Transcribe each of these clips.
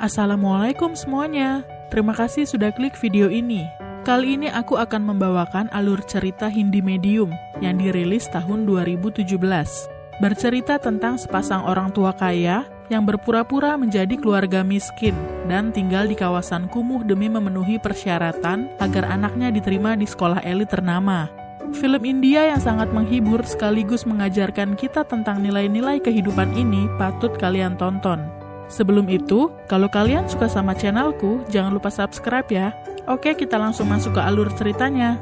Assalamualaikum semuanya. Terima kasih sudah klik video ini. Kali ini aku akan membawakan alur cerita Hindi medium yang dirilis tahun 2017. Bercerita tentang sepasang orang tua kaya yang berpura-pura menjadi keluarga miskin dan tinggal di kawasan kumuh demi memenuhi persyaratan agar anaknya diterima di sekolah elit ternama. Film India yang sangat menghibur sekaligus mengajarkan kita tentang nilai-nilai kehidupan ini patut kalian tonton. Sebelum itu, kalau kalian suka sama channelku, jangan lupa subscribe ya. Oke, kita langsung masuk ke alur ceritanya.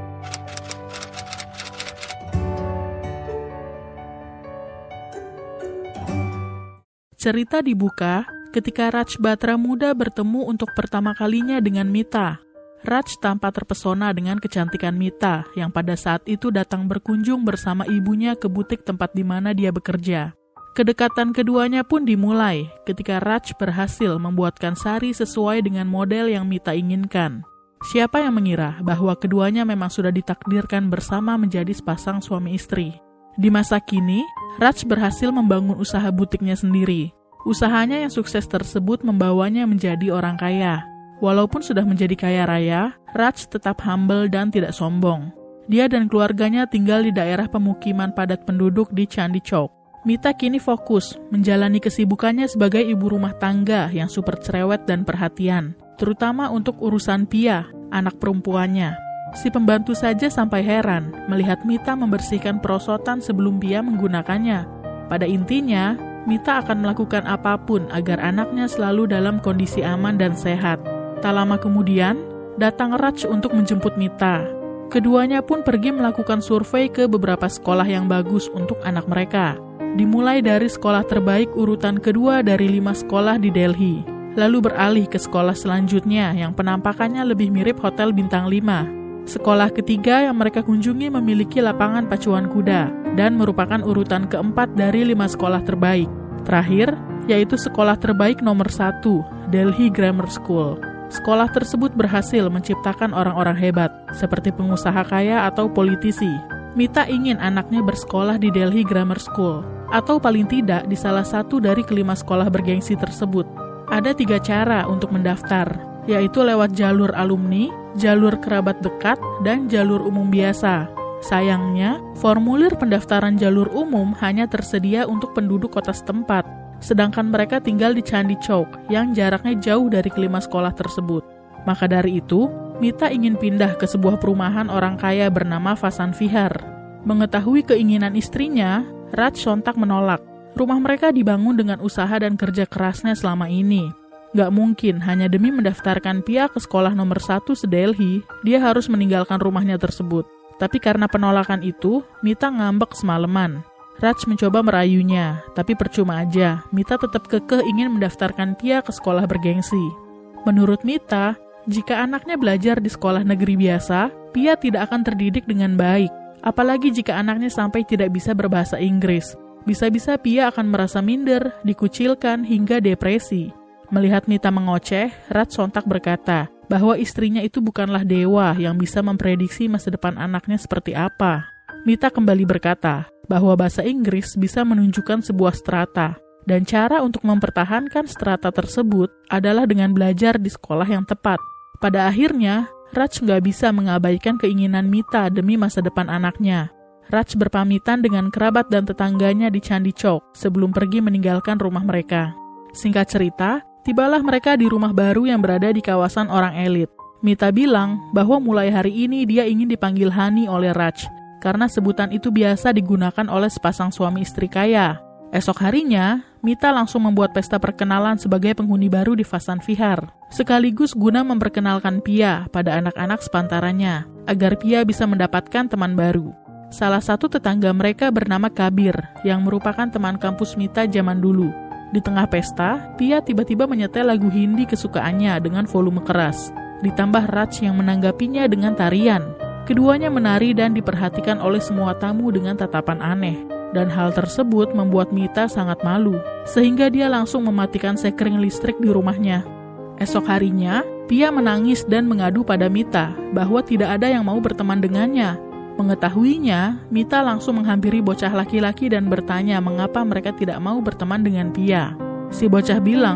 Cerita dibuka ketika Raj Batra muda bertemu untuk pertama kalinya dengan Mita. Raj tampak terpesona dengan kecantikan Mita yang pada saat itu datang berkunjung bersama ibunya ke butik tempat di mana dia bekerja. Kedekatan keduanya pun dimulai ketika Raj berhasil membuatkan sari sesuai dengan model yang Mita inginkan. Siapa yang mengira bahwa keduanya memang sudah ditakdirkan bersama menjadi sepasang suami istri. Di masa kini, Raj berhasil membangun usaha butiknya sendiri. Usahanya yang sukses tersebut membawanya menjadi orang kaya. Walaupun sudah menjadi kaya raya, Raj tetap humble dan tidak sombong. Dia dan keluarganya tinggal di daerah pemukiman padat penduduk di Chandni Chowk. Mita kini fokus menjalani kesibukannya sebagai ibu rumah tangga yang super cerewet dan perhatian, terutama untuk urusan Pia, anak perempuannya. Si pembantu saja sampai heran melihat Mita membersihkan perosotan sebelum Pia menggunakannya. Pada intinya, Mita akan melakukan apapun agar anaknya selalu dalam kondisi aman dan sehat. Tak lama kemudian, datang Raj untuk menjemput Mita. Keduanya pun pergi melakukan survei ke beberapa sekolah yang bagus untuk anak mereka. Dimulai dari sekolah terbaik urutan kedua dari 5 sekolah di Delhi, lalu beralih ke sekolah selanjutnya yang penampakannya lebih mirip hotel bintang 5. Sekolah ketiga yang mereka kunjungi memiliki lapangan pacuan kuda dan merupakan urutan keempat dari 5 sekolah terbaik. Terakhir, yaitu sekolah terbaik nomor 1, Delhi Grammar School. Sekolah tersebut berhasil menciptakan orang-orang hebat, seperti pengusaha kaya atau politisi. Mita ingin anaknya bersekolah di Delhi Grammar School, atau paling tidak di salah satu dari kelima sekolah bergengsi tersebut. Ada 3 cara untuk mendaftar, yaitu lewat jalur alumni, jalur kerabat dekat, dan jalur umum biasa. Sayangnya, formulir pendaftaran jalur umum hanya tersedia untuk penduduk kota setempat, sedangkan mereka tinggal di Chandni Chowk yang jaraknya jauh dari kelima sekolah tersebut. Maka dari itu, Mita ingin pindah ke sebuah perumahan orang kaya bernama Vasan Vihar. Mengetahui keinginan istrinya, Raj sontak menolak. Rumah mereka dibangun dengan usaha dan kerja kerasnya selama ini. Gak mungkin hanya demi mendaftarkan Pia ke sekolah nomor 1 se-Delhi, dia harus meninggalkan rumahnya tersebut. Tapi karena penolakan itu, Mita ngambek semalaman. Raj mencoba merayunya, tapi percuma aja. Mita tetap kekeh ingin mendaftarkan Pia ke sekolah bergengsi. Menurut Mita, jika anaknya belajar di sekolah negeri biasa, Pia tidak akan terdidik dengan baik. Apalagi jika anaknya sampai tidak bisa berbahasa Inggris. Bisa-bisa Pia akan merasa minder, dikucilkan, hingga depresi. Melihat Mita mengoceh, Raj sontak berkata bahwa istrinya itu bukanlah dewa yang bisa memprediksi masa depan anaknya seperti apa. Mita kembali berkata bahwa bahasa Inggris bisa menunjukkan sebuah strata, dan cara untuk mempertahankan strata tersebut adalah dengan belajar di sekolah yang tepat. Pada akhirnya, Raj nggak bisa mengabaikan keinginan Mita demi masa depan anaknya. Raj berpamitan dengan kerabat dan tetangganya di Chandni Chowk sebelum pergi meninggalkan rumah mereka. Singkat cerita, tibalah mereka di rumah baru yang berada di kawasan orang elit. Mita bilang bahwa mulai hari ini dia ingin dipanggil Hani oleh Raj, karena sebutan itu biasa digunakan oleh sepasang suami istri kaya. Esok harinya, Mita langsung membuat pesta perkenalan sebagai penghuni baru di Vasan Vihar, sekaligus guna memperkenalkan Pia pada anak-anak sepantarannya, agar Pia bisa mendapatkan teman baru. Salah satu tetangga mereka bernama Kabir, yang merupakan teman kampus Mita zaman dulu. Di tengah pesta, Pia tiba-tiba menyetel lagu Hindi kesukaannya dengan volume keras, ditambah Raj yang menanggapinya dengan tarian. Keduanya menari dan diperhatikan oleh semua tamu dengan tatapan aneh. Dan hal tersebut membuat Mita sangat malu, sehingga dia langsung mematikan sekring listrik di rumahnya. Esok harinya, Pia menangis dan mengadu pada Mita bahwa tidak ada yang mau berteman dengannya. Mengetahuinya, Mita langsung menghampiri bocah laki-laki dan bertanya mengapa mereka tidak mau berteman dengan Pia. Si bocah bilang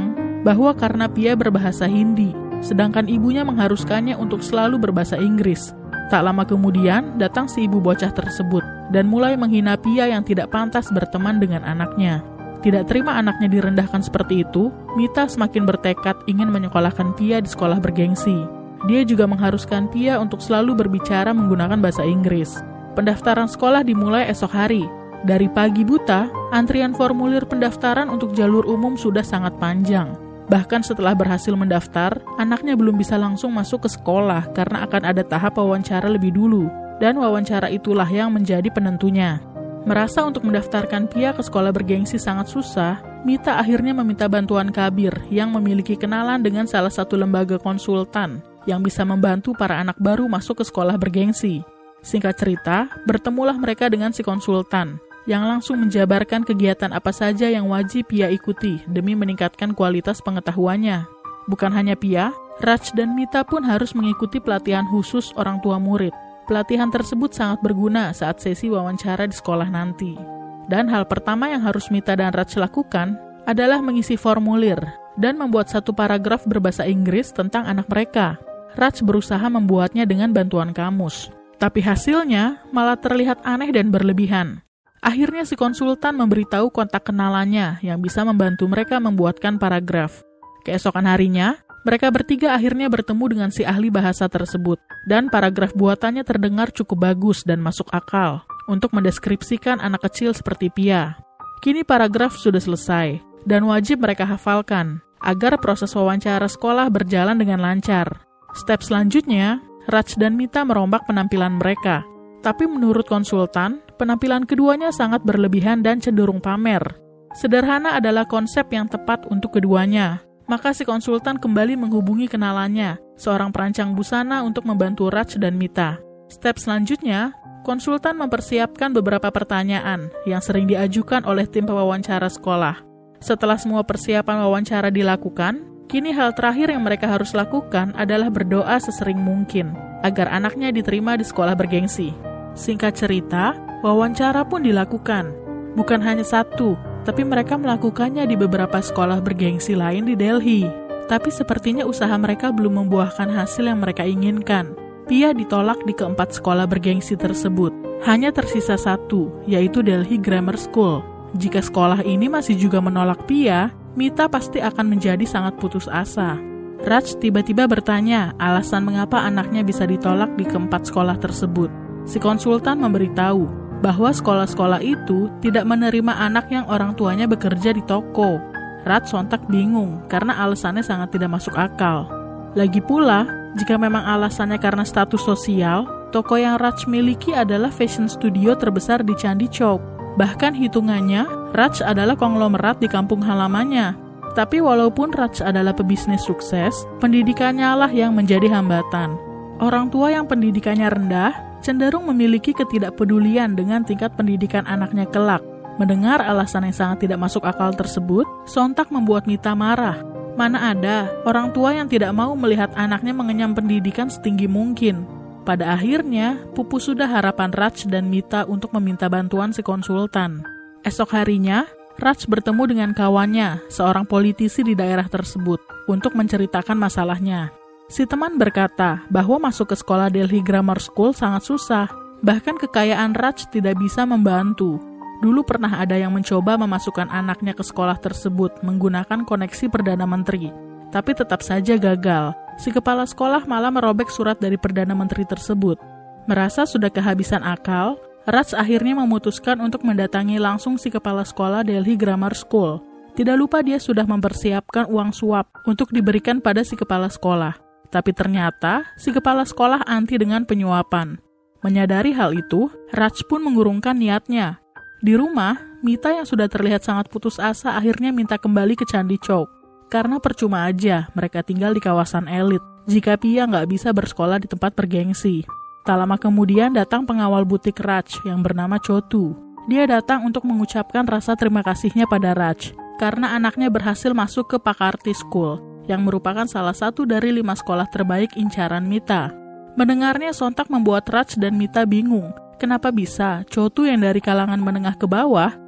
bahwa karena Pia berbahasa Hindi, sedangkan ibunya mengharuskannya untuk selalu berbahasa Inggris. Tak lama kemudian, datang si ibu bocah tersebut dan mulai menghina Pia yang tidak pantas berteman dengan anaknya. Tidak terima anaknya direndahkan seperti itu, Mita semakin bertekad ingin menyekolahkan Pia di sekolah bergengsi. Dia juga mengharuskan Pia untuk selalu berbicara menggunakan bahasa Inggris. Pendaftaran sekolah dimulai esok hari. Dari pagi buta, antrian formulir pendaftaran untuk jalur umum sudah sangat panjang. Bahkan setelah berhasil mendaftar, anaknya belum bisa langsung masuk ke sekolah karena akan ada tahap wawancara lebih dulu, dan wawancara itulah yang menjadi penentunya. Merasa untuk mendaftarkan Pia ke sekolah bergengsi sangat susah, Mita akhirnya meminta bantuan Kabir yang memiliki kenalan dengan salah satu lembaga konsultan yang bisa membantu para anak baru masuk ke sekolah bergengsi. Singkat cerita, bertemulah mereka dengan si konsultan yang langsung menjabarkan kegiatan apa saja yang wajib Pia ikuti demi meningkatkan kualitas pengetahuannya. Bukan hanya Pia, Raj dan Mita pun harus mengikuti pelatihan khusus orang tua murid. Pelatihan tersebut sangat berguna saat sesi wawancara di sekolah nanti. Dan hal pertama yang harus Mita dan Raj lakukan adalah mengisi formulir dan membuat satu paragraf berbahasa Inggris tentang anak mereka. Raj berusaha membuatnya dengan bantuan kamus. Tapi hasilnya malah terlihat aneh dan berlebihan. Akhirnya si konsultan memberitahu kontak kenalannya yang bisa membantu mereka membuatkan paragraf. Keesokan harinya, mereka bertiga akhirnya bertemu dengan si ahli bahasa tersebut. Dan paragraf buatannya terdengar cukup bagus dan masuk akal untuk mendeskripsikan anak kecil seperti Pia. Kini paragraf sudah selesai dan wajib mereka hafalkan agar proses wawancara sekolah berjalan dengan lancar. Step selanjutnya, Raj dan Mita merombak penampilan mereka. Tapi menurut konsultan, penampilan keduanya sangat berlebihan dan cenderung pamer. Sederhana adalah konsep yang tepat untuk keduanya. Maka si konsultan kembali menghubungi kenalannya, seorang perancang busana untuk membantu Raj dan Mita. Step selanjutnya, konsultan mempersiapkan beberapa pertanyaan yang sering diajukan oleh tim pewawancara sekolah. Setelah semua persiapan wawancara dilakukan, kini hal terakhir yang mereka harus lakukan adalah berdoa sesering mungkin agar anaknya diterima di sekolah bergengsi. Singkat cerita, wawancara pun dilakukan. Bukan hanya satu, tapi mereka melakukannya di beberapa sekolah bergengsi lain di Delhi. Tapi sepertinya usaha mereka belum membuahkan hasil yang mereka inginkan. Pia ditolak di keempat sekolah bergengsi tersebut. Hanya tersisa satu, yaitu Delhi Grammar School. Jika sekolah ini masih juga menolak Pia, Mita pasti akan menjadi sangat putus asa. Raj tiba-tiba bertanya alasan mengapa anaknya bisa ditolak di keempat sekolah tersebut. Si konsultan memberitahu bahwa sekolah-sekolah itu tidak menerima anak yang orang tuanya bekerja di toko. Raj sontak bingung karena alasannya sangat tidak masuk akal. Lagi pula, jika memang alasannya karena status sosial, toko yang Raj miliki adalah fashion studio terbesar di Candi Chowk. Bahkan hitungannya, Raj adalah konglomerat di kampung halamannya. Tapi walaupun Raj adalah pebisnis sukses, pendidikannya lah yang menjadi hambatan. Orang tua yang pendidikannya rendah cenderung memiliki ketidakpedulian dengan tingkat pendidikan anaknya kelak. Mendengar alasan yang sangat tidak masuk akal tersebut, sontak membuat Mita marah. Mana ada orang tua yang tidak mau melihat anaknya mengenyam pendidikan setinggi mungkin. Pada akhirnya, pupus sudah harapan Raj dan Mita untuk meminta bantuan si konsultan. Esok harinya, Raj bertemu dengan kawannya, seorang politisi di daerah tersebut, untuk menceritakan masalahnya. Si teman berkata bahwa masuk ke sekolah Delhi Grammar School sangat susah, bahkan kekayaan Raj tidak bisa membantu. Dulu pernah ada yang mencoba memasukkan anaknya ke sekolah tersebut menggunakan koneksi Perdana Menteri, tapi tetap saja gagal. Si kepala sekolah malah merobek surat dari Perdana Menteri tersebut. Merasa sudah kehabisan akal, Raj akhirnya memutuskan untuk mendatangi langsung si kepala sekolah Delhi Grammar School. Tidak lupa dia sudah mempersiapkan uang suap untuk diberikan pada si kepala sekolah. Tapi ternyata, si kepala sekolah anti dengan penyuapan. Menyadari hal itu, Raj pun mengurungkan niatnya. Di rumah, Mita yang sudah terlihat sangat putus asa akhirnya minta kembali ke Candi Chowk. Karena percuma aja mereka tinggal di kawasan elit, jika Pia nggak bisa bersekolah di tempat bergengsi. Tak lama kemudian datang pengawal butik Raj yang bernama Chotu. Dia datang untuk mengucapkan rasa terima kasihnya pada Raj, karena anaknya berhasil masuk ke Pakarti School, yang merupakan salah satu dari 5 sekolah terbaik incaran Mita. Mendengarnya sontak membuat Raj dan Mita bingung. Kenapa bisa Chotu yang dari kalangan menengah ke bawah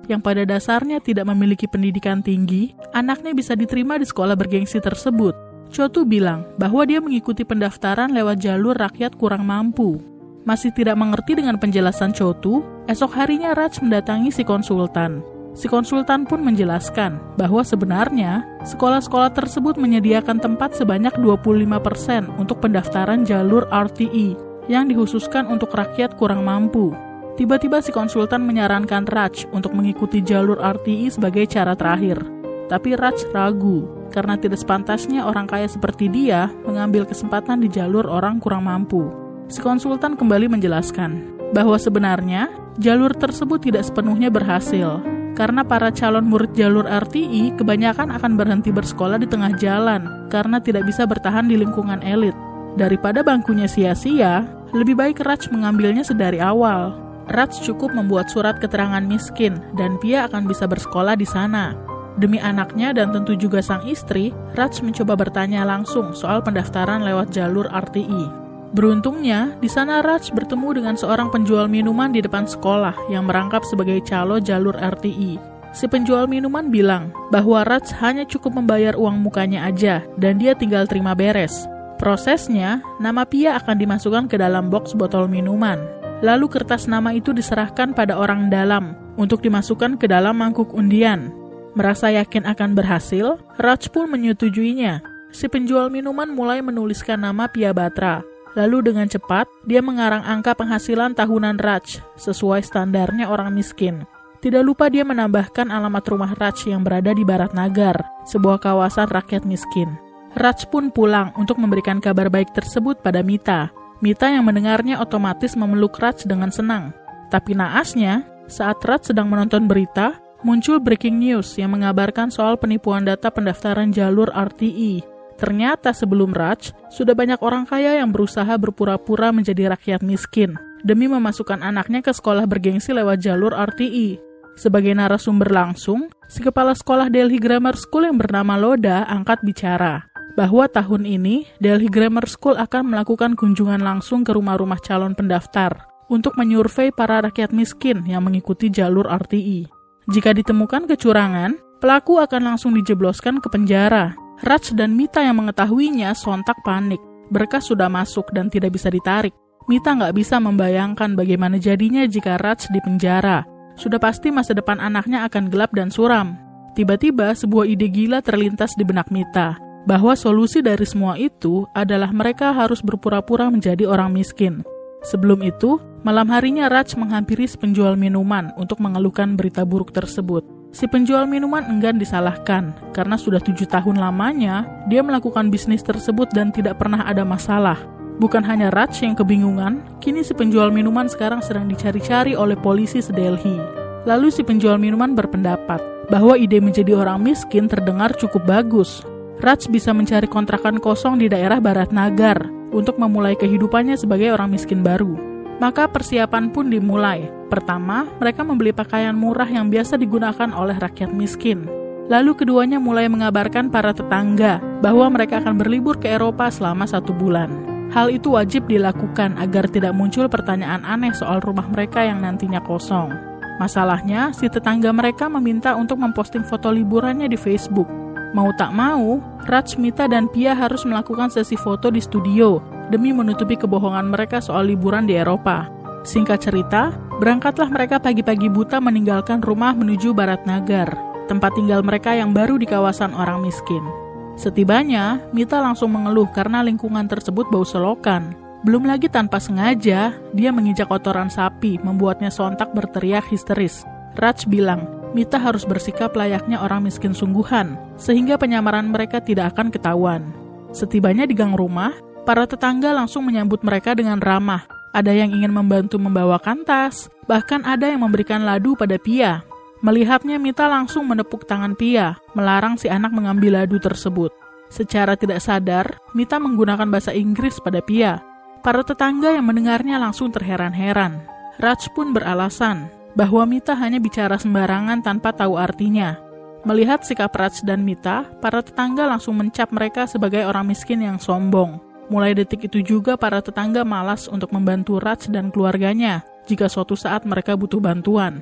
yang pada dasarnya tidak memiliki pendidikan tinggi, anaknya bisa diterima di sekolah bergengsi tersebut. Chotu bilang bahwa dia mengikuti pendaftaran lewat jalur rakyat kurang mampu. Masih tidak mengerti dengan penjelasan Chotu, esok harinya Raj mendatangi si konsultan. Si konsultan pun menjelaskan bahwa sebenarnya sekolah-sekolah tersebut menyediakan tempat sebanyak 25% untuk pendaftaran jalur RTE yang dikhususkan untuk rakyat kurang mampu. Tiba-tiba si konsultan menyarankan Raj untuk mengikuti jalur RTE sebagai cara terakhir. Tapi Raj ragu, karena tidak sepantasnya orang kaya seperti dia mengambil kesempatan di jalur orang kurang mampu. Si konsultan kembali menjelaskan bahwa sebenarnya jalur tersebut tidak sepenuhnya berhasil, karena para calon murid jalur RTE kebanyakan akan berhenti bersekolah di tengah jalan karena tidak bisa bertahan di lingkungan elit. Daripada bangkunya sia-sia, lebih baik Raj mengambilnya sedari awal. Raj cukup membuat surat keterangan miskin dan Pia akan bisa bersekolah di sana. Demi anaknya dan tentu juga sang istri, Raj mencoba bertanya langsung soal pendaftaran lewat jalur RTE. Beruntungnya, di sana Raj bertemu dengan seorang penjual minuman di depan sekolah yang merangkap sebagai calo jalur RTE. Si penjual minuman bilang bahwa Raj hanya cukup membayar uang mukanya aja dan dia tinggal terima beres. Prosesnya, nama Pia akan dimasukkan ke dalam box botol minuman. Lalu kertas nama itu diserahkan pada orang dalam untuk dimasukkan ke dalam mangkuk undian. Merasa yakin akan berhasil, Raj pun menyetujuinya. Si penjual minuman mulai menuliskan nama Pia Batra. Lalu dengan cepat, dia mengarang angka penghasilan tahunan Raj sesuai standarnya orang miskin. Tidak lupa dia menambahkan alamat rumah Raj yang berada di Barat Nagar, sebuah kawasan rakyat miskin. Raj pun pulang untuk memberikan kabar baik tersebut pada Mita. Mita yang mendengarnya otomatis memeluk Raj dengan senang. Tapi naasnya, saat Raj sedang menonton berita, muncul breaking news yang mengabarkan soal penipuan data pendaftaran jalur RTE. Ternyata sebelum Raj, sudah banyak orang kaya yang berusaha berpura-pura menjadi rakyat miskin demi memasukkan anaknya ke sekolah bergengsi lewat jalur RTE. Sebagai narasumber langsung, si kepala sekolah Delhi Grammar School yang bernama Loda angkat bicara bahwa tahun ini Delhi Grammar School akan melakukan kunjungan langsung ke rumah-rumah calon pendaftar untuk menyurvei para rakyat miskin yang mengikuti jalur RTE. Jika ditemukan kecurangan, pelaku akan langsung dijebloskan ke penjara. Raj dan Mita yang mengetahuinya sontak panik. Berkas sudah masuk dan tidak bisa ditarik. Mita nggak bisa membayangkan bagaimana jadinya jika Raj di penjara. Sudah pasti masa depan anaknya akan gelap dan suram. Tiba-tiba sebuah ide gila terlintas di benak Mita, bahwa solusi dari semua itu adalah mereka harus berpura-pura menjadi orang miskin. Sebelum itu, malam harinya Raj menghampiri si penjual minuman untuk mengeluhkan berita buruk tersebut. Si penjual minuman enggan disalahkan, karena sudah 7 tahun lamanya dia melakukan bisnis tersebut dan tidak pernah ada masalah. Bukan hanya Raj yang kebingungan, kini si penjual minuman sekarang sedang dicari-cari oleh polisi se-Delhi. Lalu si penjual minuman berpendapat bahwa ide menjadi orang miskin terdengar cukup bagus. Raj bisa mencari kontrakan kosong di daerah Barat Nagar untuk memulai kehidupannya sebagai orang miskin baru. Maka persiapan pun dimulai. Pertama, mereka membeli pakaian murah yang biasa digunakan oleh rakyat miskin. Lalu keduanya mulai mengabarkan para tetangga bahwa mereka akan berlibur ke Eropa selama 1 bulan. Hal itu wajib dilakukan agar tidak muncul pertanyaan aneh soal rumah mereka yang nantinya kosong. Masalahnya, si tetangga mereka meminta untuk memposting foto liburannya di Facebook. Mau tak mau, Raj, Mita, dan Pia harus melakukan sesi foto di studio demi menutupi kebohongan mereka soal liburan di Eropa. Singkat cerita, berangkatlah mereka pagi-pagi buta meninggalkan rumah menuju Barat Nagar, tempat tinggal mereka yang baru di kawasan orang miskin. Setibanya, Mita langsung mengeluh karena lingkungan tersebut bau selokan. Belum lagi tanpa sengaja, dia menginjak kotoran sapi, membuatnya sontak berteriak histeris. Raj bilang, Mita harus bersikap layaknya orang miskin sungguhan, sehingga penyamaran mereka tidak akan ketahuan. Setibanya di gang rumah, para tetangga langsung menyambut mereka dengan ramah. Ada yang ingin membantu membawakan tas, bahkan ada yang memberikan ladu pada Pia. Melihatnya, Mita langsung menepuk tangan Pia, melarang si anak mengambil ladu tersebut. Secara tidak sadar, Mita menggunakan bahasa Inggris pada Pia. Para tetangga yang mendengarnya langsung terheran-heran. Raj pun beralasan bahwa Mita hanya bicara sembarangan tanpa tahu artinya. Melihat sikap Raj dan Mita, para tetangga langsung mencap mereka sebagai orang miskin yang sombong. Mulai detik itu juga para tetangga malas untuk membantu Raj dan keluarganya jika suatu saat mereka butuh bantuan.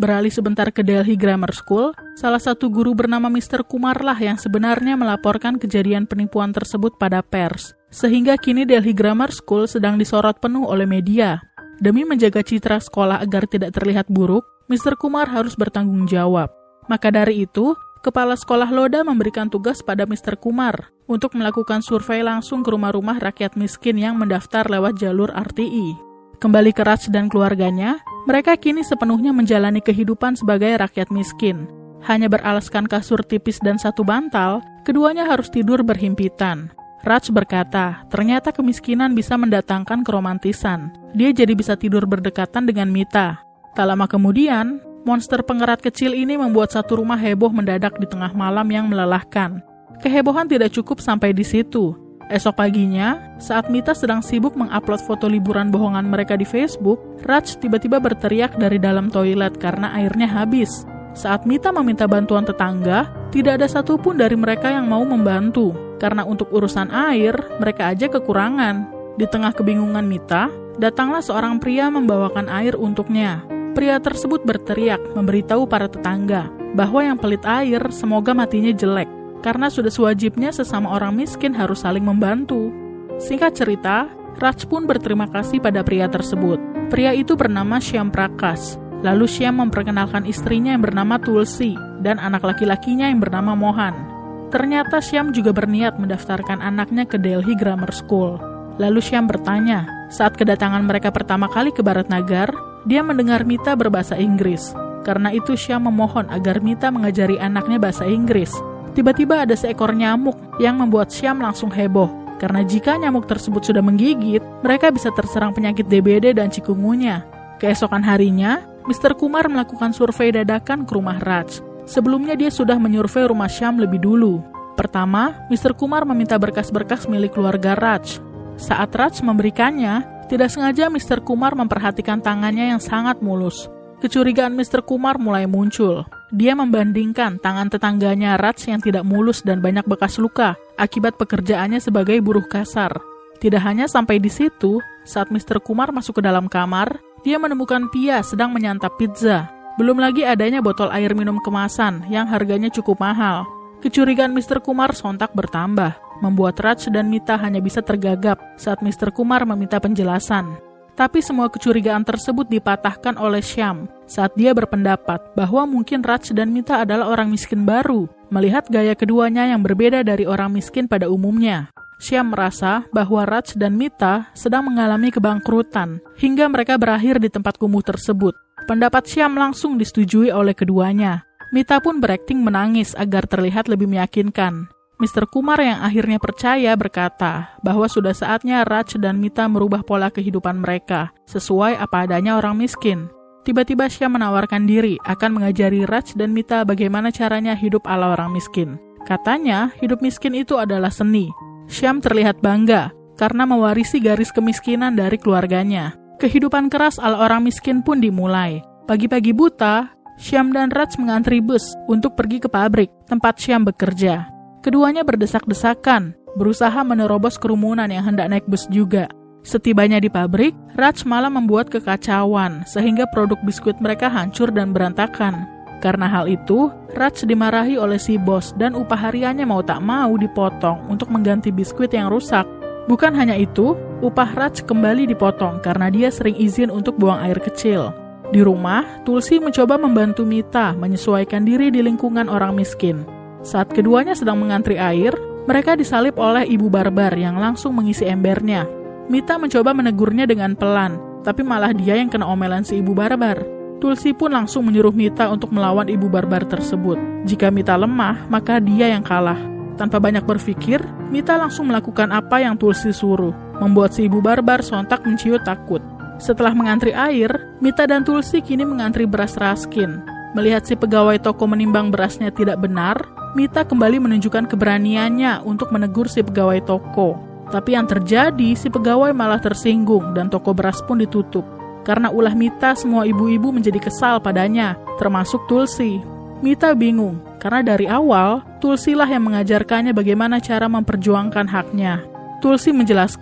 Beralih sebentar ke Delhi Grammar School, salah satu guru bernama Mr. Kumar lah yang sebenarnya melaporkan kejadian penipuan tersebut pada pers. Sehingga kini Delhi Grammar School sedang disorot penuh oleh media. Demi menjaga citra sekolah agar tidak terlihat buruk, Mr. Kumar harus bertanggung jawab. Maka dari itu, Kepala Sekolah Lodha memberikan tugas pada Mr. Kumar untuk melakukan survei langsung ke rumah-rumah rakyat miskin yang mendaftar lewat jalur RTI. Kembali ke Raj dan keluarganya, mereka kini sepenuhnya menjalani kehidupan sebagai rakyat miskin. Hanya beralaskan kasur tipis dan satu bantal, keduanya harus tidur berhimpitan. Raj berkata, ternyata kemiskinan bisa mendatangkan keromantisan. Dia jadi bisa tidur berdekatan dengan Mita. Tak lama kemudian, monster pengerat kecil ini membuat satu rumah heboh mendadak di tengah malam yang melelahkan. Kehebohan tidak cukup sampai di situ. Esok paginya, saat Mita sedang sibuk mengupload foto liburan bohongan mereka di Facebook, Raj tiba-tiba berteriak dari dalam toilet karena airnya habis. Saat Mita meminta bantuan tetangga, tidak ada satupun dari mereka yang mau membantu. Karena untuk urusan air, mereka aja kekurangan. Di tengah kebingungan Mita, datanglah seorang pria membawakan air untuknya. Pria tersebut berteriak memberitahu para tetangga bahwa yang pelit air semoga matinya jelek. Karena sudah sewajibnya sesama orang miskin harus saling membantu. Singkat cerita, Raj pun berterima kasih pada pria tersebut. Pria itu bernama Shyam Prakash. Lalu Shyam memperkenalkan istrinya yang bernama Tulsi dan anak laki-lakinya yang bernama Mohan. Ternyata Shyam juga berniat mendaftarkan anaknya ke Delhi Grammar School. Lalu Shyam bertanya, saat kedatangan mereka pertama kali ke Bharatnagar, dia mendengar Mita berbahasa Inggris. Karena itu Shyam memohon agar Mita mengajari anaknya bahasa Inggris. Tiba-tiba ada seekor nyamuk yang membuat Shyam langsung heboh. Karena jika nyamuk tersebut sudah menggigit, mereka bisa terserang penyakit DBD dan cikungunya. Keesokan harinya, Mr. Kumar melakukan survei dadakan ke rumah Raj. Sebelumnya dia sudah menyurvei rumah Shyam lebih dulu. Pertama, Mr. Kumar meminta berkas-berkas milik keluarga Raj. Saat Raj memberikannya, tidak sengaja Mr. Kumar memperhatikan tangannya yang sangat mulus. Kecurigaan Mr. Kumar mulai muncul. Dia membandingkan tangan tetangganya Raj yang tidak mulus dan banyak bekas luka akibat pekerjaannya sebagai buruh kasar. Tidak hanya sampai di situ, saat Mr. Kumar masuk ke dalam kamar, dia menemukan Pia sedang menyantap pizza. Belum lagi adanya botol air minum kemasan yang harganya cukup mahal. Kecurigaan Mr. Kumar sontak bertambah, membuat Raj dan Mita hanya bisa tergagap saat Mr. Kumar meminta penjelasan. Tapi semua kecurigaan tersebut dipatahkan oleh Shyam saat dia berpendapat bahwa mungkin Raj dan Mita adalah orang miskin baru, melihat gaya keduanya yang berbeda dari orang miskin pada umumnya. Shyam merasa bahwa Raj dan Mita sedang mengalami kebangkrutan, hingga mereka berakhir di tempat kumuh tersebut. Pendapat Shyam langsung disetujui oleh keduanya. Mita pun berakting menangis agar terlihat lebih meyakinkan. Mr. Kumar yang akhirnya percaya berkata bahwa sudah saatnya Raj dan Mita merubah pola kehidupan mereka sesuai apa adanya orang miskin. Tiba-tiba Shyam menawarkan diri akan mengajari Raj dan Mita bagaimana caranya hidup ala orang miskin. Katanya, hidup miskin itu adalah seni. Shyam terlihat bangga karena mewarisi garis kemiskinan dari keluarganya. Kehidupan keras ala orang miskin pun dimulai. Pagi-pagi buta, Shyam dan Raj mengantri bus untuk pergi ke pabrik tempat Shyam bekerja. Keduanya berdesak-desakan, berusaha menerobos kerumunan yang hendak naik bus juga. Setibanya di pabrik, Raj malah membuat kekacauan sehingga produk biskuit mereka hancur dan berantakan. Karena hal itu, Raj dimarahi oleh si bos dan upah hariannya mau tak mau dipotong untuk mengganti biskuit yang rusak. Bukan hanya itu, upah Raj kembali dipotong karena dia sering izin untuk buang air kecil. Di rumah, Tulsi mencoba membantu Mita menyesuaikan diri di lingkungan orang miskin. Saat keduanya sedang mengantri air, mereka disalip oleh ibu barbar yang langsung mengisi embernya. Mita mencoba menegurnya dengan pelan, tapi malah dia yang kena omelan si ibu barbar. Tulsi pun langsung menyuruh Mita untuk melawan ibu barbar tersebut. Jika Mita lemah, maka dia yang kalah. Tanpa banyak berpikir, Mita langsung melakukan apa yang Tulsi suruh, membuat si ibu barbar sontak menciut takut. Setelah mengantri air, Mita dan Tulsi kini mengantri beras raskin. Melihat si pegawai toko menimbang berasnya tidak benar, Mita kembali menunjukkan keberaniannya untuk menegur si pegawai toko. Tapi yang terjadi, si pegawai malah tersinggung dan toko beras pun ditutup. Karena ulah Mita, semua ibu-ibu menjadi kesal padanya, termasuk Tulsi. Mita bingung, karena dari awal, Tulsi lah yang mengajarkannya bagaimana cara memperjuangkan haknya. Tulsi menjelaskan,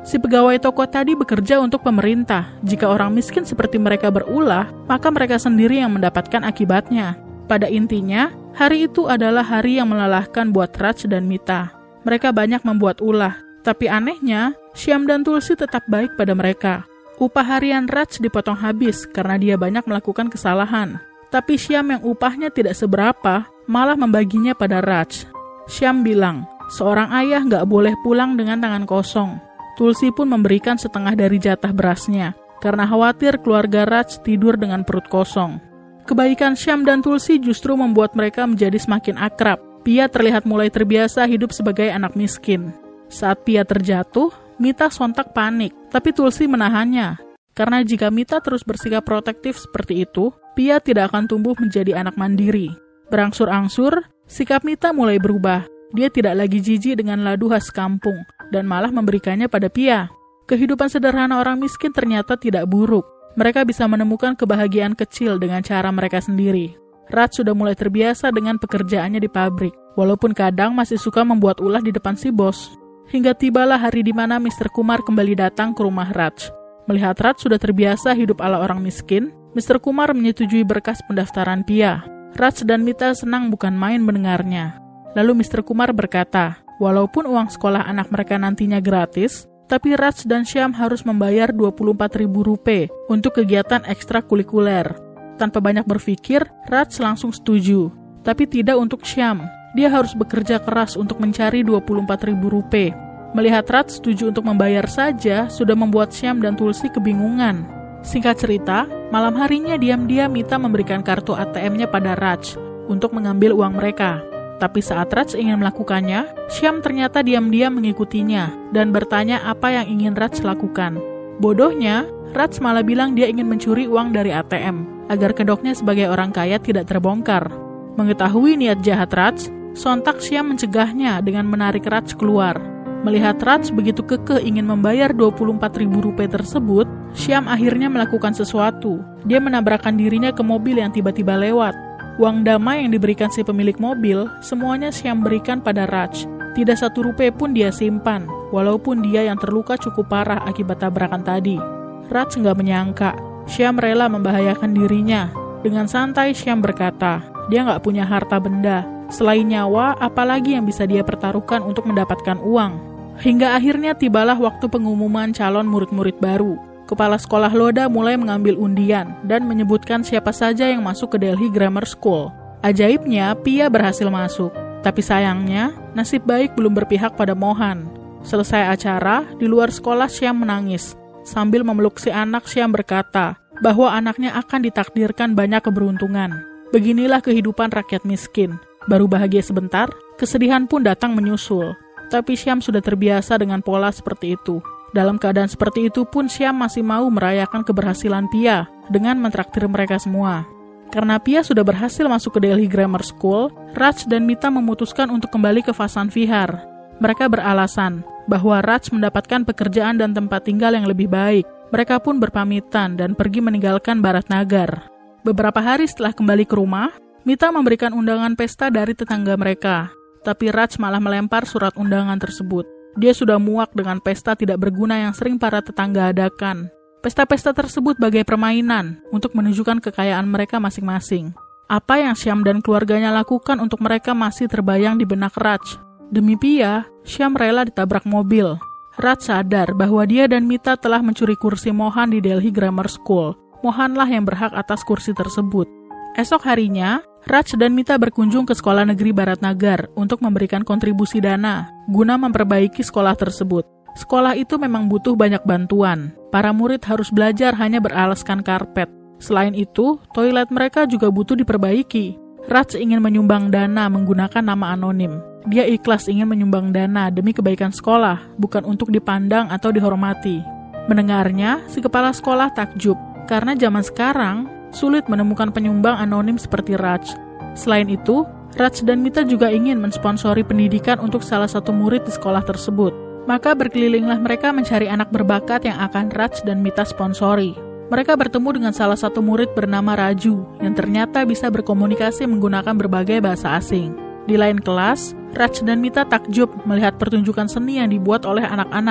Si pegawai toko tadi bekerja untuk pemerintah. Jika orang miskin seperti mereka berulah, maka mereka sendiri yang mendapatkan akibatnya. Pada intinya, hari itu adalah hari yang melelahkan buat Raj dan Mita. Mereka banyak membuat ulah, tapi anehnya, Shyam dan Tulsi tetap baik pada mereka. Upah harian Raj dipotong habis karena dia banyak melakukan kesalahan. Tapi Shyam yang upahnya tidak seberapa, malah membaginya pada Raj. Shyam bilang, seorang ayah nggak boleh pulang dengan tangan kosong. Tulsi pun memberikan setengah dari jatah berasnya, karena khawatir keluarga Raj tidur dengan perut kosong. Kebaikan Shyam dan Tulsi justru membuat mereka menjadi semakin akrab. Pia terlihat mulai terbiasa hidup sebagai anak miskin. Saat Pia terjatuh, Mita sontak panik, tapi Tulsi menahannya. Karena jika Mita terus bersikap protektif seperti itu, Pia tidak akan tumbuh menjadi anak mandiri. Berangsur-angsur, sikap Mita mulai berubah. Dia tidak lagi jijik dengan ladu khas kampung, dan malah memberikannya pada Pia. Kehidupan sederhana orang miskin ternyata tidak buruk. Mereka bisa menemukan kebahagiaan kecil dengan cara mereka sendiri. Raj sudah mulai terbiasa dengan pekerjaannya di pabrik, walaupun kadang masih suka membuat ulah di depan si bos. Hingga tibalah hari di mana Mr. Kumar kembali datang ke rumah Raj. Melihat Raj sudah terbiasa hidup ala orang miskin, Mr. Kumar menyetujui berkas pendaftaran Pia. Raj dan Mita senang bukan main mendengarnya. Lalu Mr. Kumar berkata, walaupun uang sekolah anak mereka nantinya gratis, tapi Raj dan Shyam harus membayar Rp24.000 untuk kegiatan ekstrakurikuler. Tanpa banyak berpikir, Raj langsung setuju. Tapi tidak untuk Shyam. Dia harus bekerja keras untuk mencari Rp24.000. Melihat Raj setuju untuk membayar saja, sudah membuat Shyam dan Tulsi kebingungan. Singkat cerita, malam harinya diam-diam Mita memberikan kartu ATM-nya pada Raj untuk mengambil uang mereka. Tapi saat Raj ingin melakukannya, Shyam ternyata diam-diam mengikutinya dan bertanya apa yang ingin Raj lakukan. Bodohnya, Raj malah bilang dia ingin mencuri uang dari ATM, agar kedoknya sebagai orang kaya tidak terbongkar. Mengetahui niat jahat Raj, sontak Shyam mencegahnya dengan menarik Raj keluar. Melihat Raj begitu kekeh ingin membayar Rp24.000 tersebut, Shyam akhirnya melakukan sesuatu. Dia menabrakkan dirinya ke mobil yang tiba-tiba lewat. Uang damai yang diberikan si pemilik mobil, semuanya Shyam berikan pada Raj. Tidak satu rupiah pun dia simpan, walaupun dia yang terluka cukup parah akibat tabrakan tadi. Raj nggak menyangka, Shyam rela membahayakan dirinya. Dengan santai Shyam berkata, dia nggak punya harta benda. Selain nyawa, apalagi yang bisa dia pertaruhkan untuk mendapatkan uang. Hingga akhirnya tibalah waktu pengumuman calon murid-murid baru. Kepala sekolah Loda mulai mengambil undian dan menyebutkan siapa saja yang masuk ke Delhi Grammar School. Ajaibnya, Pia berhasil masuk. Tapi sayangnya, nasib baik belum berpihak pada Mohan. Selesai acara, di luar sekolah Shyam menangis. Sambil memeluk si anak, Shyam berkata bahwa anaknya akan ditakdirkan banyak keberuntungan. Beginilah kehidupan rakyat miskin. Baru bahagia sebentar, kesedihan pun datang menyusul. Tapi Shyam sudah terbiasa dengan pola seperti itu. Dalam keadaan seperti itu pun Shyam masih mau merayakan keberhasilan Pia dengan mentraktir mereka semua. Karena Pia sudah berhasil masuk ke Delhi Grammar School, Raj dan Mita memutuskan untuk kembali ke Vasan Vihar. Mereka beralasan bahwa Raj mendapatkan pekerjaan dan tempat tinggal yang lebih baik. Mereka pun berpamitan dan pergi meninggalkan Bharatnagar. Beberapa hari setelah kembali ke rumah, Mita memberikan undangan pesta dari tetangga mereka. Tapi Raj malah melempar surat undangan tersebut. Dia sudah muak dengan pesta tidak berguna yang sering para tetangga adakan. Pesta-pesta tersebut bagai permainan untuk menunjukkan kekayaan mereka masing-masing. Apa yang Shyam dan keluarganya lakukan untuk mereka masih terbayang di benak Raj. Demi Pia, Shyam rela ditabrak mobil. Raj sadar bahwa dia dan Mita telah mencuri kursi Mohan di Delhi Grammar School. Mohanlah yang berhak atas kursi tersebut. Esok harinya, Raj dan Mita berkunjung ke sekolah negeri Bharatnagar untuk memberikan kontribusi dana guna memperbaiki sekolah tersebut. Sekolah itu memang butuh banyak bantuan. Para murid harus belajar hanya beralaskan karpet. Selain itu, toilet mereka juga butuh diperbaiki. Raj ingin menyumbang dana menggunakan nama anonim. Dia ikhlas ingin menyumbang dana demi kebaikan sekolah, bukan untuk dipandang atau dihormati. Mendengarnya, si kepala sekolah takjub, karena zaman sekarang sulit menemukan penyumbang anonim seperti Raj. Selain itu, Raj dan Mita juga ingin mensponsori pendidikan untuk salah satu murid di sekolah tersebut. Maka berkelilinglah mereka mencari anak berbakat yang akan Raj dan Mita sponsori. Mereka bertemu dengan salah satu murid bernama Raju, yang ternyata bisa berkomunikasi menggunakan berbagai bahasa asing. Di lain kelas, Raj dan Mita takjub melihat pertunjukan seni yang dibuat oleh anak-anak.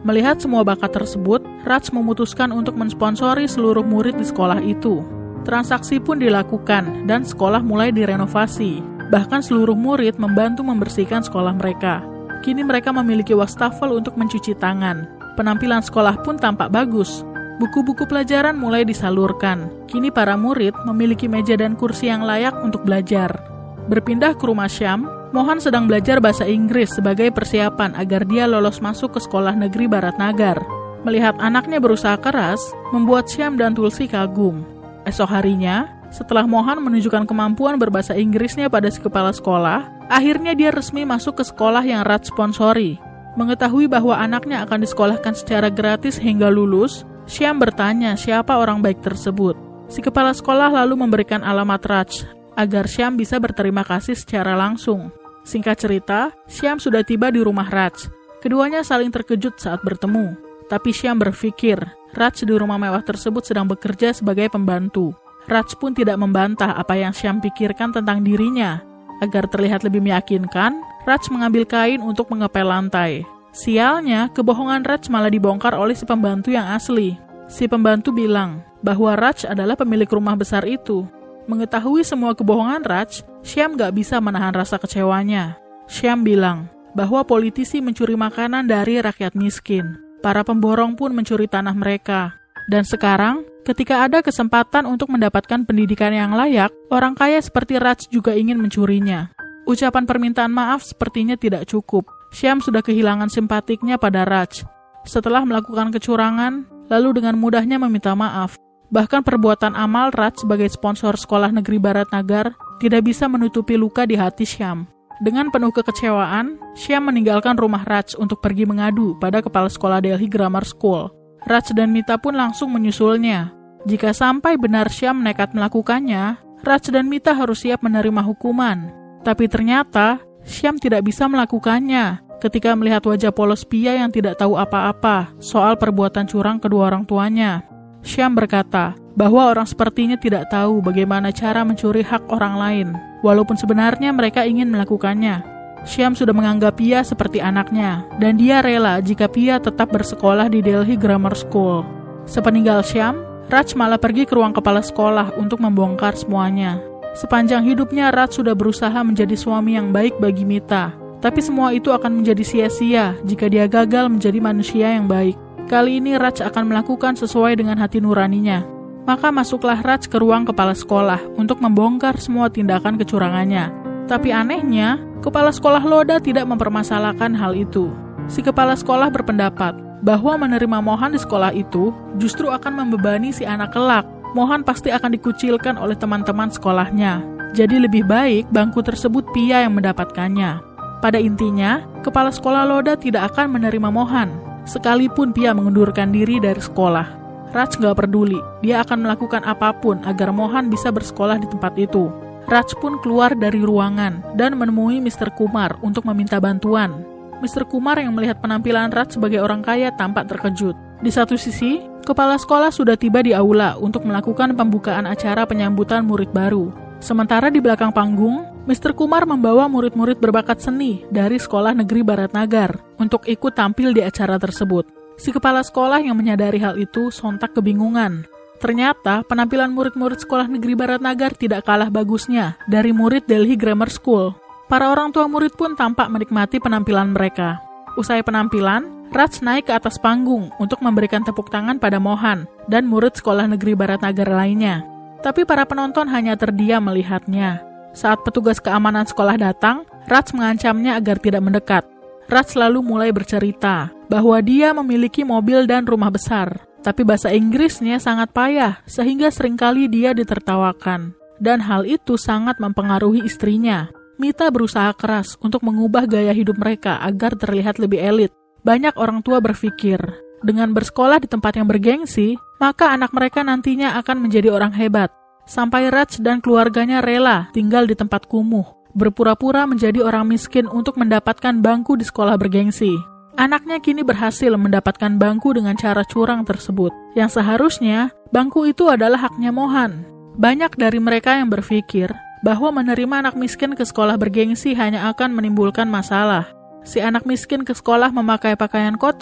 Melihat semua bakat tersebut, Raj memutuskan untuk mensponsori seluruh murid di sekolah itu. Transaksi pun dilakukan dan sekolah mulai direnovasi. Bahkan seluruh murid membantu membersihkan sekolah mereka. Kini mereka memiliki wastafel untuk mencuci tangan. Penampilan sekolah pun tampak bagus. Buku-buku pelajaran mulai disalurkan. Kini para murid memiliki meja dan kursi yang layak untuk belajar. Berpindah ke rumah Syam, Mohan sedang belajar bahasa Inggris sebagai persiapan agar dia lolos masuk ke sekolah negeri Barat Nagar. Melihat anaknya berusaha keras, membuat Syam dan Tulsi kagum. Esok harinya, setelah Mohan menunjukkan kemampuan berbahasa Inggrisnya pada si kepala sekolah, akhirnya dia resmi masuk ke sekolah yang Raj sponsori. Mengetahui bahwa anaknya akan disekolahkan secara gratis hingga lulus, Syam bertanya siapa orang baik tersebut. Si kepala sekolah lalu memberikan alamat Raj, agar Syam bisa berterima kasih secara langsung. Singkat cerita, Syam sudah tiba di rumah Raj. Keduanya saling terkejut saat bertemu. Tapi Syam berpikir, Raj di rumah mewah tersebut sedang bekerja sebagai pembantu. Raj pun tidak membantah apa yang Syam pikirkan tentang dirinya. Agar terlihat lebih meyakinkan, Raj mengambil kain untuk mengepel lantai. Sialnya, kebohongan Raj malah dibongkar oleh si pembantu yang asli. Si pembantu bilang bahwa Raj adalah pemilik rumah besar itu. Mengetahui semua kebohongan Raj, Syam gak bisa menahan rasa kecewanya. Syam bilang bahwa politisi mencuri makanan dari rakyat miskin. Para pemborong pun mencuri tanah mereka. Dan sekarang, ketika ada kesempatan untuk mendapatkan pendidikan yang layak, orang kaya seperti Raj juga ingin mencurinya. Ucapan permintaan maaf sepertinya tidak cukup. Syam sudah kehilangan simpatiknya pada Raj. Setelah melakukan kecurangan, lalu dengan mudahnya meminta maaf. Bahkan perbuatan amal Raj sebagai sponsor sekolah negeri Barat Nagar tidak bisa menutupi luka di hati Syam. Dengan penuh kekecewaan, Syam meninggalkan rumah Raj untuk pergi mengadu pada kepala sekolah Delhi Grammar School. Raj dan Mita pun langsung menyusulnya. Jika sampai benar Syam nekat melakukannya, Raj dan Mita harus siap menerima hukuman. Tapi ternyata, Syam tidak bisa melakukannya ketika melihat wajah polos Pia yang tidak tahu apa-apa soal perbuatan curang kedua orang tuanya. Syam berkata bahwa orang sepertinya tidak tahu bagaimana cara mencuri hak orang lain, walaupun sebenarnya mereka ingin melakukannya. Syam sudah menganggap Pia seperti anaknya, dan dia rela jika Pia tetap bersekolah di Delhi Grammar School. Sepeninggal Syam, Raj malah pergi ke ruang kepala sekolah untuk membongkar semuanya. Sepanjang hidupnya Raj sudah berusaha menjadi suami yang baik bagi Mita, tapi semua itu akan menjadi sia-sia jika dia gagal menjadi manusia yang baik. Kali ini Raj akan melakukan sesuai dengan hati nuraninya. Maka masuklah Raj ke ruang kepala sekolah untuk membongkar semua tindakan kecurangannya. Tapi anehnya, kepala sekolah Loda tidak mempermasalahkan hal itu. Si kepala sekolah berpendapat bahwa menerima Mohan di sekolah itu justru akan membebani si anak kelak. Mohan pasti akan dikucilkan oleh teman-teman sekolahnya. Jadi lebih baik bangku tersebut Pia yang mendapatkannya. Pada intinya, kepala sekolah Loda tidak akan menerima Mohan, sekalipun Pia mengundurkan diri dari sekolah. Raj gak peduli, dia akan melakukan apapun agar Mohan bisa bersekolah di tempat itu. Raj pun keluar dari ruangan dan menemui Mr. Kumar untuk meminta bantuan. Mr. Kumar yang melihat penampilan Raj sebagai orang kaya tampak terkejut. Di satu sisi, kepala sekolah sudah tiba di aula untuk melakukan pembukaan acara penyambutan murid baru. Sementara di belakang panggung, Mr. Kumar membawa murid-murid berbakat seni dari sekolah negeri Barat Nagar untuk ikut tampil di acara tersebut. Si kepala sekolah yang menyadari hal itu sontak kebingungan. Ternyata penampilan murid-murid sekolah negeri Barat Nagar tidak kalah bagusnya dari murid Delhi Grammar School. Para orang tua murid pun tampak menikmati penampilan mereka. Usai penampilan, Raj naik ke atas panggung untuk memberikan tepuk tangan pada Mohan dan murid sekolah negeri Barat Nagar lainnya. Tapi para penonton hanya terdiam melihatnya. Saat petugas keamanan sekolah datang, Raj mengancamnya agar tidak mendekat. Raj lalu mulai bercerita bahwa dia memiliki mobil dan rumah besar, tapi bahasa Inggrisnya sangat payah sehingga seringkali dia ditertawakan. Dan hal itu sangat mempengaruhi istrinya. Mita berusaha keras untuk mengubah gaya hidup mereka agar terlihat lebih elit. Banyak orang tua berpikir, dengan bersekolah di tempat yang bergengsi, maka anak mereka nantinya akan menjadi orang hebat. Sampai Raj dan keluarganya rela tinggal di tempat kumuh, berpura-pura menjadi orang miskin untuk mendapatkan bangku di sekolah bergengsi. Anaknya kini berhasil mendapatkan bangku dengan cara curang tersebut, yang seharusnya bangku itu adalah haknya Mohan. Banyak dari mereka yang berpikir bahwa menerima anak miskin ke sekolah bergengsi hanya akan menimbulkan masalah. Si anak miskin ke sekolah memakai pakaian kotor,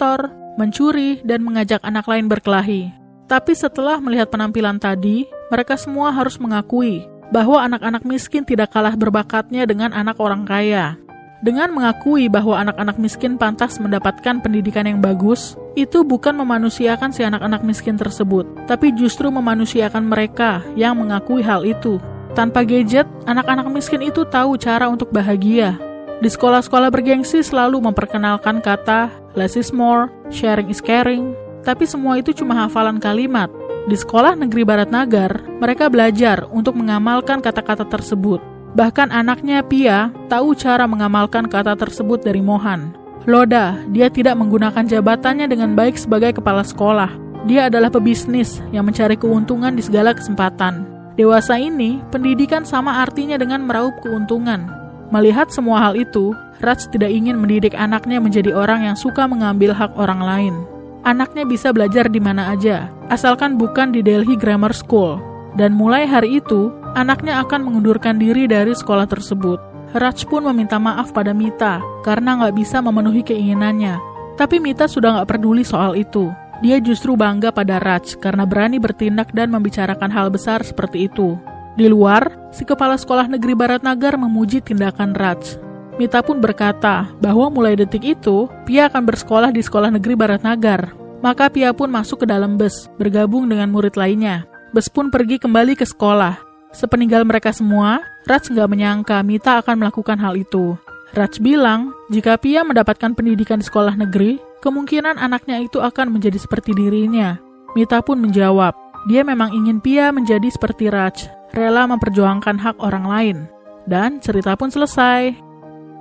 mencuri, dan mengajak anak lain berkelahi. Tapi setelah melihat penampilan tadi, mereka semua harus mengakui bahwa anak-anak miskin tidak kalah berbakatnya dengan anak orang kaya. Dengan mengakui bahwa anak-anak miskin pantas mendapatkan pendidikan yang bagus, itu bukan memanusiakan si anak-anak miskin tersebut, tapi justru memanusiakan mereka yang mengakui hal itu. Tanpa gadget, anak-anak miskin itu tahu cara untuk bahagia. Di sekolah-sekolah bergengsi selalu memperkenalkan kata less is more, sharing is caring, tapi semua itu cuma hafalan kalimat. Di sekolah negeri Barat Nagar, mereka belajar untuk mengamalkan kata-kata tersebut. Bahkan anaknya Pia tahu cara mengamalkan kata tersebut dari Mohan. Loda, dia tidak menggunakan jabatannya dengan baik sebagai kepala sekolah. Dia adalah pebisnis yang mencari keuntungan di segala kesempatan. Dewasa ini, pendidikan sama artinya dengan meraup keuntungan. Melihat semua hal itu, Raj tidak ingin mendidik anaknya menjadi orang yang suka mengambil hak orang lain. Anaknya bisa belajar di mana aja, asalkan bukan di Delhi Grammar School. Dan mulai hari itu, anaknya akan mengundurkan diri dari sekolah tersebut. Raj pun meminta maaf pada Mita, karena nggak bisa memenuhi keinginannya. Tapi Mita sudah nggak peduli soal itu. Dia justru bangga pada Raj, karena berani bertindak dan membicarakan hal besar seperti itu. Di luar, si kepala sekolah negeri Barat Nagar memuji tindakan Raj. Mita pun berkata bahwa mulai detik itu, Pia akan bersekolah di sekolah negeri Barat Nagar. Maka Pia pun masuk ke dalam bus, bergabung dengan murid lainnya. Bus pun pergi kembali ke sekolah. Sepeninggal mereka semua, Raj nggak menyangka Mita akan melakukan hal itu. Raj bilang, jika Pia mendapatkan pendidikan di sekolah negeri, kemungkinan anaknya itu akan menjadi seperti dirinya. Mita pun menjawab, dia memang ingin Pia menjadi seperti Raj, rela memperjuangkan hak orang lain. Dan cerita pun selesai.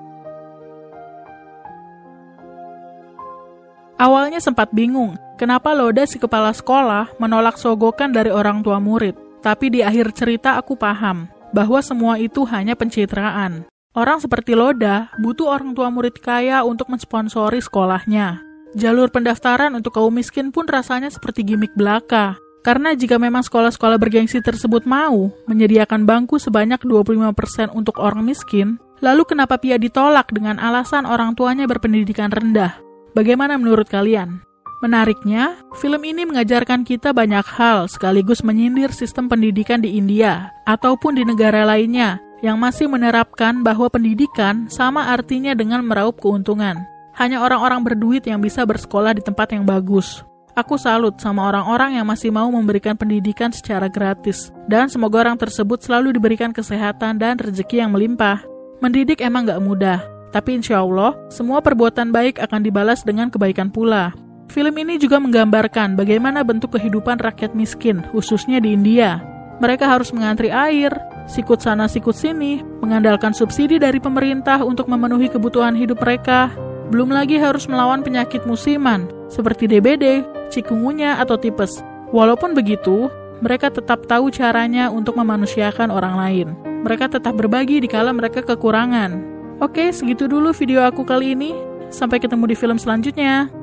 Awalnya sempat bingung, kenapa Loda si kepala sekolah menolak sogokan dari orang tua murid. Tapi di akhir cerita aku paham, bahwa semua itu hanya pencitraan. Orang seperti Loda butuh orang tua murid kaya untuk mensponsori sekolahnya. Jalur pendaftaran untuk kaum miskin pun rasanya seperti gimmick belaka. Karena jika memang sekolah-sekolah bergengsi tersebut mau menyediakan bangku sebanyak 25% untuk orang miskin, lalu kenapa Pia ditolak dengan alasan orang tuanya berpendidikan rendah? Bagaimana menurut kalian? Menariknya, film ini mengajarkan kita banyak hal sekaligus menyindir sistem pendidikan di India ataupun di negara lainnya yang masih menerapkan bahwa pendidikan sama artinya dengan meraup keuntungan. Hanya orang-orang berduit yang bisa bersekolah di tempat yang bagus. Aku salut sama orang-orang yang masih mau memberikan pendidikan secara gratis. Dan semoga orang tersebut selalu diberikan kesehatan dan rezeki yang melimpah. Mendidik emang gak mudah. Tapi insya Allah, semua perbuatan baik akan dibalas dengan kebaikan pula. Film ini juga menggambarkan bagaimana bentuk kehidupan rakyat miskin, khususnya di India. Mereka harus mengantri air, sikut sana sikut sini, mengandalkan subsidi dari pemerintah untuk memenuhi kebutuhan hidup mereka. Belum lagi harus melawan penyakit musiman, seperti DBD, cikungunya, atau tipes. Walaupun begitu, mereka tetap tahu caranya untuk memanusiakan orang lain. Mereka tetap berbagi dikala mereka kekurangan. Oke, segitu dulu video aku kali ini. Sampai ketemu di film selanjutnya.